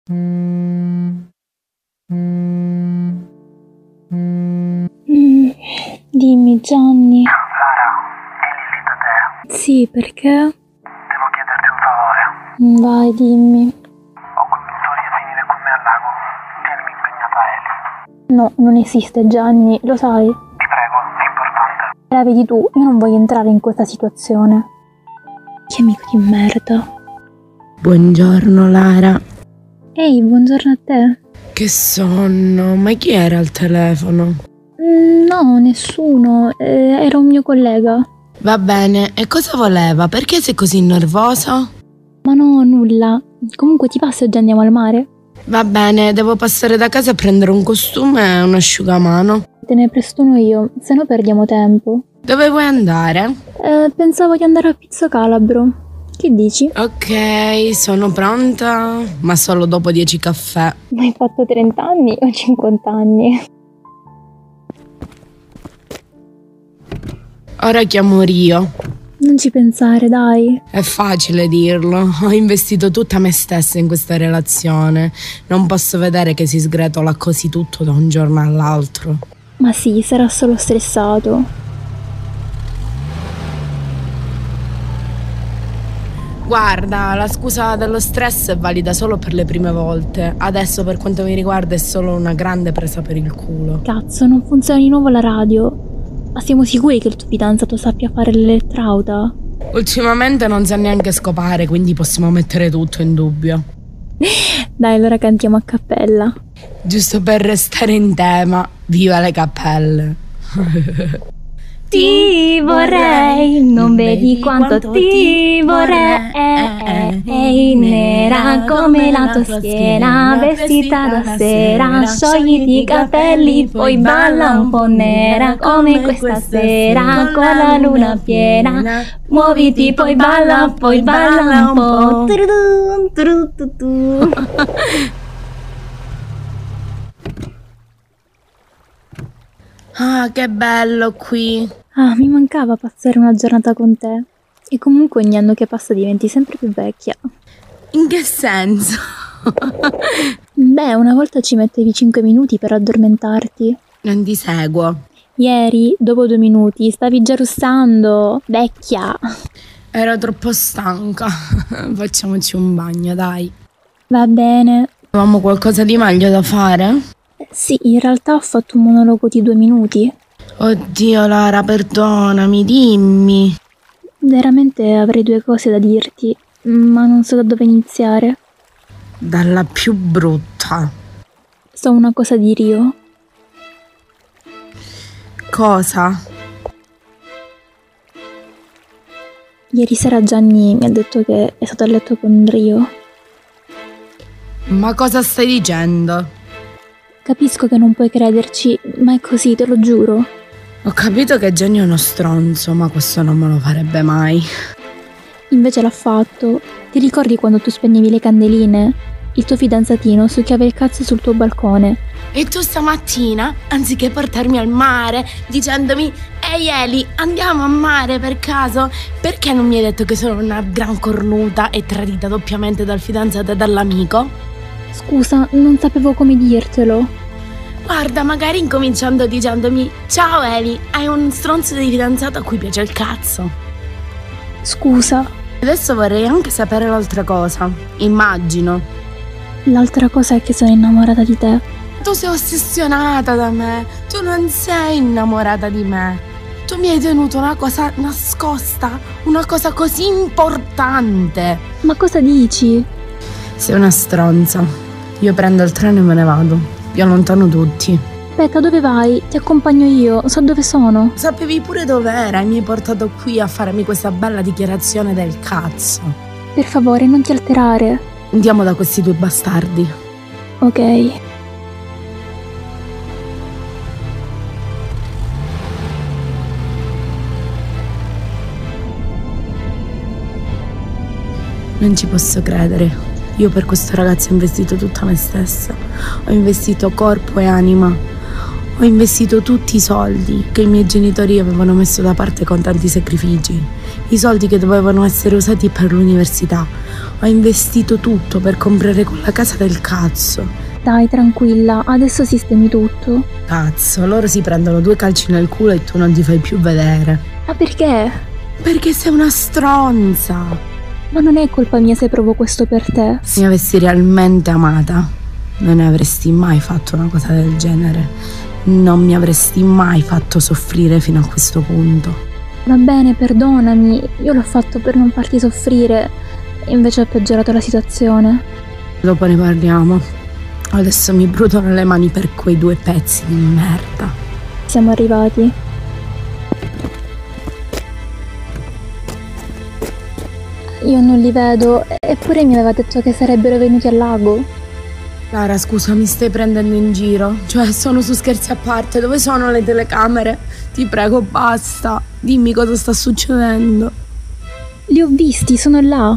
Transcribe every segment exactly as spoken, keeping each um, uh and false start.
Mm, dimmi Gianni. Lara, Eli lì da te. Sì, perché? Devo chiederti un favore. Vai, dimmi. Ho convinto Eli a venire con me al lago. Tienimi impegnata Eli. No, non esiste Gianni, lo sai. Ti prego, è importante. La vedi tu, io non voglio entrare in questa situazione. Che amico di merda. Buongiorno Lara. Ehi, buongiorno a te. Che sonno, ma chi era al telefono? Mm, no, nessuno, eh, era un mio collega. Va bene, e cosa voleva? Perché sei così nervosa? Ma no, nulla. Comunque ti passo e oggi andiamo al mare? Va bene, devo passare da casa a prendere un costume e un asciugamano. Te ne presto uno io, se no perdiamo tempo. Dove vuoi andare? Eh, pensavo di andare a Pizzo Calabro. Che dici? Ok, sono pronta, ma solo dopo dieci caffè. Ma hai fatto trenta anni o cinquanta anni? Ora chiamo Rio. Non ci pensare, dai. È facile dirlo, ho investito tutta me stessa in questa relazione. Non posso vedere che si sgretola così tutto da un giorno all'altro. Ma sì, sarà solo stressato. Guarda, la scusa dello stress è valida solo per le prime volte. Adesso, per quanto mi riguarda, è solo una grande presa per il culo. Cazzo, non funziona di nuovo la radio. Ma siamo sicuri che il tuo fidanzato sappia fare l'elettrauta? Ultimamente non sa neanche scopare, quindi possiamo mettere tutto in dubbio. Dai, allora cantiamo a cappella. Giusto per restare in tema, viva le cappelle. Ti vorrei, non vedi quanto ti vorrei. Ehi, nera come la tua schiena, vestita da sera. Sciogliti i capelli, poi balla un po' nera come questa sera con la luna piena. Muoviti, poi balla, poi balla un po'. Turudun, turututu. Ah, che bello qui. Ah, mi mancava passare una giornata con te. E comunque ogni anno che passa diventi sempre più vecchia. In che senso? Beh, una volta ci mettevi cinque minuti per addormentarti. Non ti seguo. Ieri, dopo due minuti, stavi già russando. Vecchia. Ero troppo stanca. Facciamoci un bagno, dai. Va bene. Avevamo qualcosa di meglio da fare? Sì, in realtà ho fatto un monologo di due minuti. Oddio Lara, perdonami, dimmi. Veramente avrei due cose da dirti, ma non so da dove iniziare. Dalla più brutta. So una cosa di Rio. Cosa? Ieri sera Gianni mi ha detto che è stato a letto con Rio. Ma cosa stai dicendo? Capisco che non puoi crederci, ma è così, te lo giuro. Ho capito che Gianni è uno stronzo, ma questo non me lo farebbe mai. Invece l'ha fatto. Ti ricordi quando tu spegnevi le candeline? Il tuo fidanzatino succhiava il cazzo sul tuo balcone. E tu stamattina, anziché portarmi al mare, dicendomi «Ehi Eli, andiamo a mare per caso?» Perché non mi hai detto che sono una gran cornuta e tradita doppiamente dal fidanzato e dall'amico? Scusa, non sapevo come dirtelo. Guarda, magari incominciando dicendomi «Ciao Eli, hai un stronzo di fidanzato a cui piace il cazzo». Scusa. Adesso vorrei anche sapere l'altra cosa. Immagino. L'altra cosa è che sono innamorata di te. Tu sei ossessionata da me. Tu non sei innamorata di me. Tu mi hai tenuto una cosa nascosta, una cosa così importante. Ma cosa dici? Sei una stronza. Io prendo il treno e me ne vado. Vi allontano tutti. Aspetta, dove vai? Ti accompagno io, so dove sono. Sapevi pure dov'era e mi hai portato qui a farmi questa bella dichiarazione del cazzo. Per favore, non ti alterare. Andiamo da questi due bastardi. Ok. Non ci posso credere. Io per questo ragazzo ho investito tutta me stessa. Ho investito corpo e anima. Ho investito tutti i soldi che i miei genitori avevano messo da parte con tanti sacrifici, i soldi che dovevano essere usati per l'università. Ho investito tutto per comprare quella casa del cazzo. Dai, tranquilla, adesso sistemi tutto. Cazzo, loro si prendono due calci nel culo e tu non ti fai più vedere. Ma perché? Perché sei una stronza. Ma non è colpa mia se provo questo per te. Se mi avessi realmente amata, non ne avresti mai fatto una cosa del genere. Non mi avresti mai fatto soffrire fino a questo punto. Va bene, perdonami, io l'ho fatto per non farti soffrire, invece ho peggiorato la situazione. Dopo ne parliamo. Adesso mi bruciano le mani per quei due pezzi di merda. Siamo arrivati. Io non li vedo, eppure mi aveva detto che sarebbero venuti al lago. Lara, scusa, mi stai prendendo in giro? Cioè, sono su Scherzi a parte, dove sono le telecamere? Ti prego, basta. Dimmi cosa sta succedendo. Li ho visti, sono là.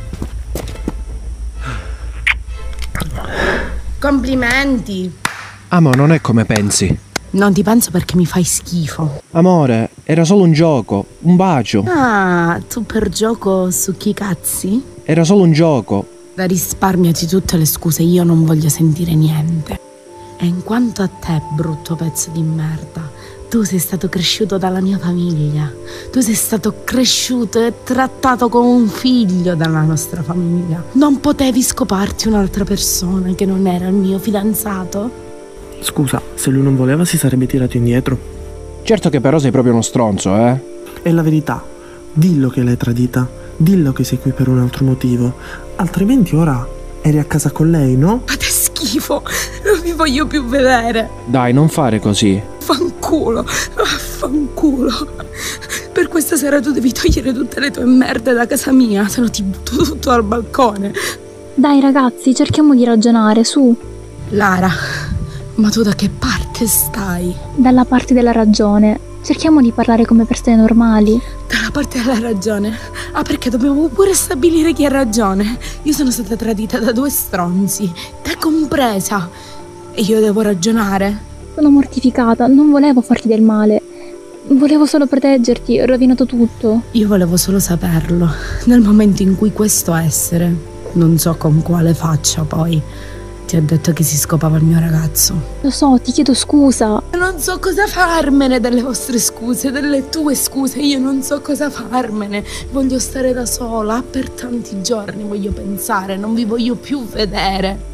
Complimenti. Amo, non è come pensi. Non ti penso perché mi fai schifo. Amore, era solo un gioco, un bacio. Ah, tu per gioco succhi i cazzi? Era solo un gioco. Da risparmiati tutte le scuse, io non voglio sentire niente. E in quanto a te, brutto pezzo di merda, tu sei stato cresciuto dalla mia famiglia. Tu sei stato cresciuto e trattato come un figlio dalla nostra famiglia. Non potevi scoparti un'altra persona che non era il mio fidanzato? Scusa, se lui non voleva si sarebbe tirato indietro. Certo che però sei proprio uno stronzo, eh? È la verità. Dillo che l'hai tradita. Dillo che sei qui per un altro motivo. Altrimenti ora eri a casa con lei, no? Fate schifo, non vi voglio più vedere. Dai, non fare così. Fanculo, fanculo. Per questa sera tu devi togliere tutte le tue merde da casa mia, se no ti butto tutto dal balcone. Dai ragazzi, cerchiamo di ragionare, su. Lara, ma tu da che parte stai? Dalla parte della ragione. Cerchiamo di parlare come persone normali. Dalla parte della ragione? Ah, perché dobbiamo pure stabilire chi ha ragione. Io sono stata tradita da due stronzi, te compresa. E io devo ragionare? Sono mortificata, non volevo farti del male. Volevo solo proteggerti, ho rovinato tutto. Io volevo solo saperlo. Nel momento in cui questo essere, non so con quale faccia poi, ti ha detto che si scopava il mio ragazzo. Lo so, ti chiedo scusa. Non so cosa farmene delle vostre scuse, delle tue scuse. Io non so cosa farmene. Voglio stare da sola per tanti giorni, voglio pensare, non vi voglio più vedere.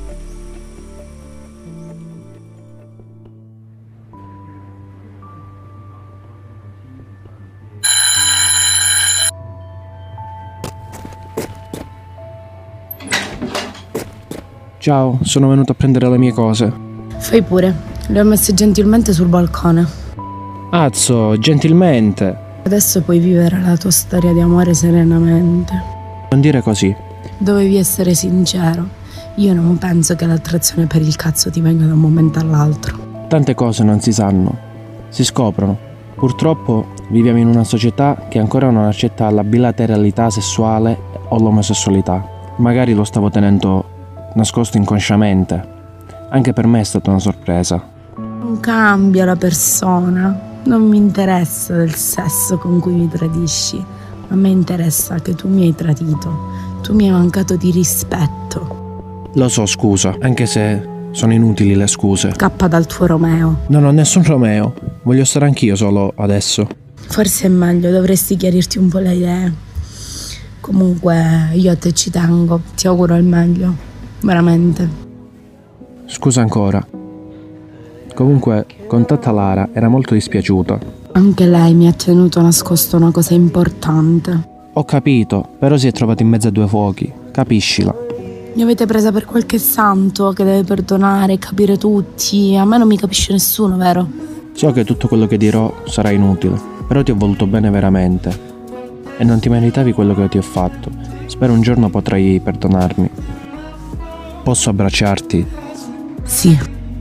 Ciao, sono venuto a prendere le mie cose. Fai pure, le ho messe gentilmente sul balcone. Azzo, gentilmente. Adesso puoi vivere la tua storia di amore serenamente. Non dire così. Dovevi essere sincero. Io non penso che l'attrazione per il cazzo ti venga da un momento all'altro. Tante cose non si sanno, si scoprono. Purtroppo viviamo in una società che ancora non accetta la bilateralità sessuale o l'omosessualità. Magari lo stavo tenendo nascosto inconsciamente. Anche per me è stata una sorpresa. Non cambia la persona. Non mi interessa del sesso con cui mi tradisci. A me interessa che tu mi hai tradito. Tu mi hai mancato di rispetto. Lo so, scusa, anche se sono inutili le scuse. Scappa dal tuo Romeo. Non ho nessun Romeo. Voglio stare anch'io solo adesso. Forse è meglio, dovresti chiarirti un po' le idee. Comunque io a te ci tengo. Ti auguro il meglio. Veramente. Scusa ancora. Comunque, contatta Lara, era molto dispiaciuta. Anche lei mi ha tenuto nascosto una cosa importante. Ho capito, però si è trovato in mezzo a due fuochi. Capiscila. Mi avete presa per qualche santo che deve perdonare e capire tutti. A me non mi capisce nessuno, vero? So che tutto quello che dirò sarà inutile, però ti ho voluto bene veramente. E non ti meritavi quello che ti ho fatto. Spero un giorno potrai perdonarmi. Posso abbracciarti? Sì.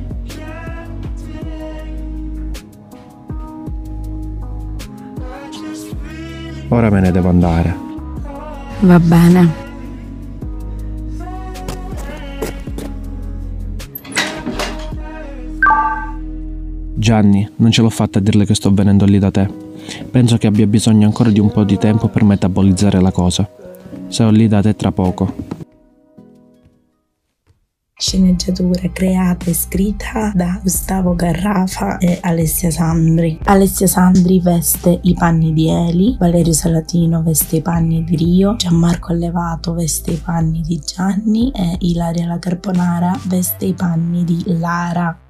Ora me ne devo andare. Va bene. Gianni, non ce l'ho fatta a dirle che sto venendo lì da te. Penso che abbia bisogno ancora di un po' di tempo per metabolizzare la cosa. Sarò lì da te tra poco. Sceneggiatura creata e scritta da Gustavo Garrafa e Alessia Sandri. Alessia Sandri veste i panni di Eli, Valerio Salatino veste i panni di Rio, Gianmarco Allevato veste i panni di Gianni e Ilaria La Carbonara veste i panni di Lara.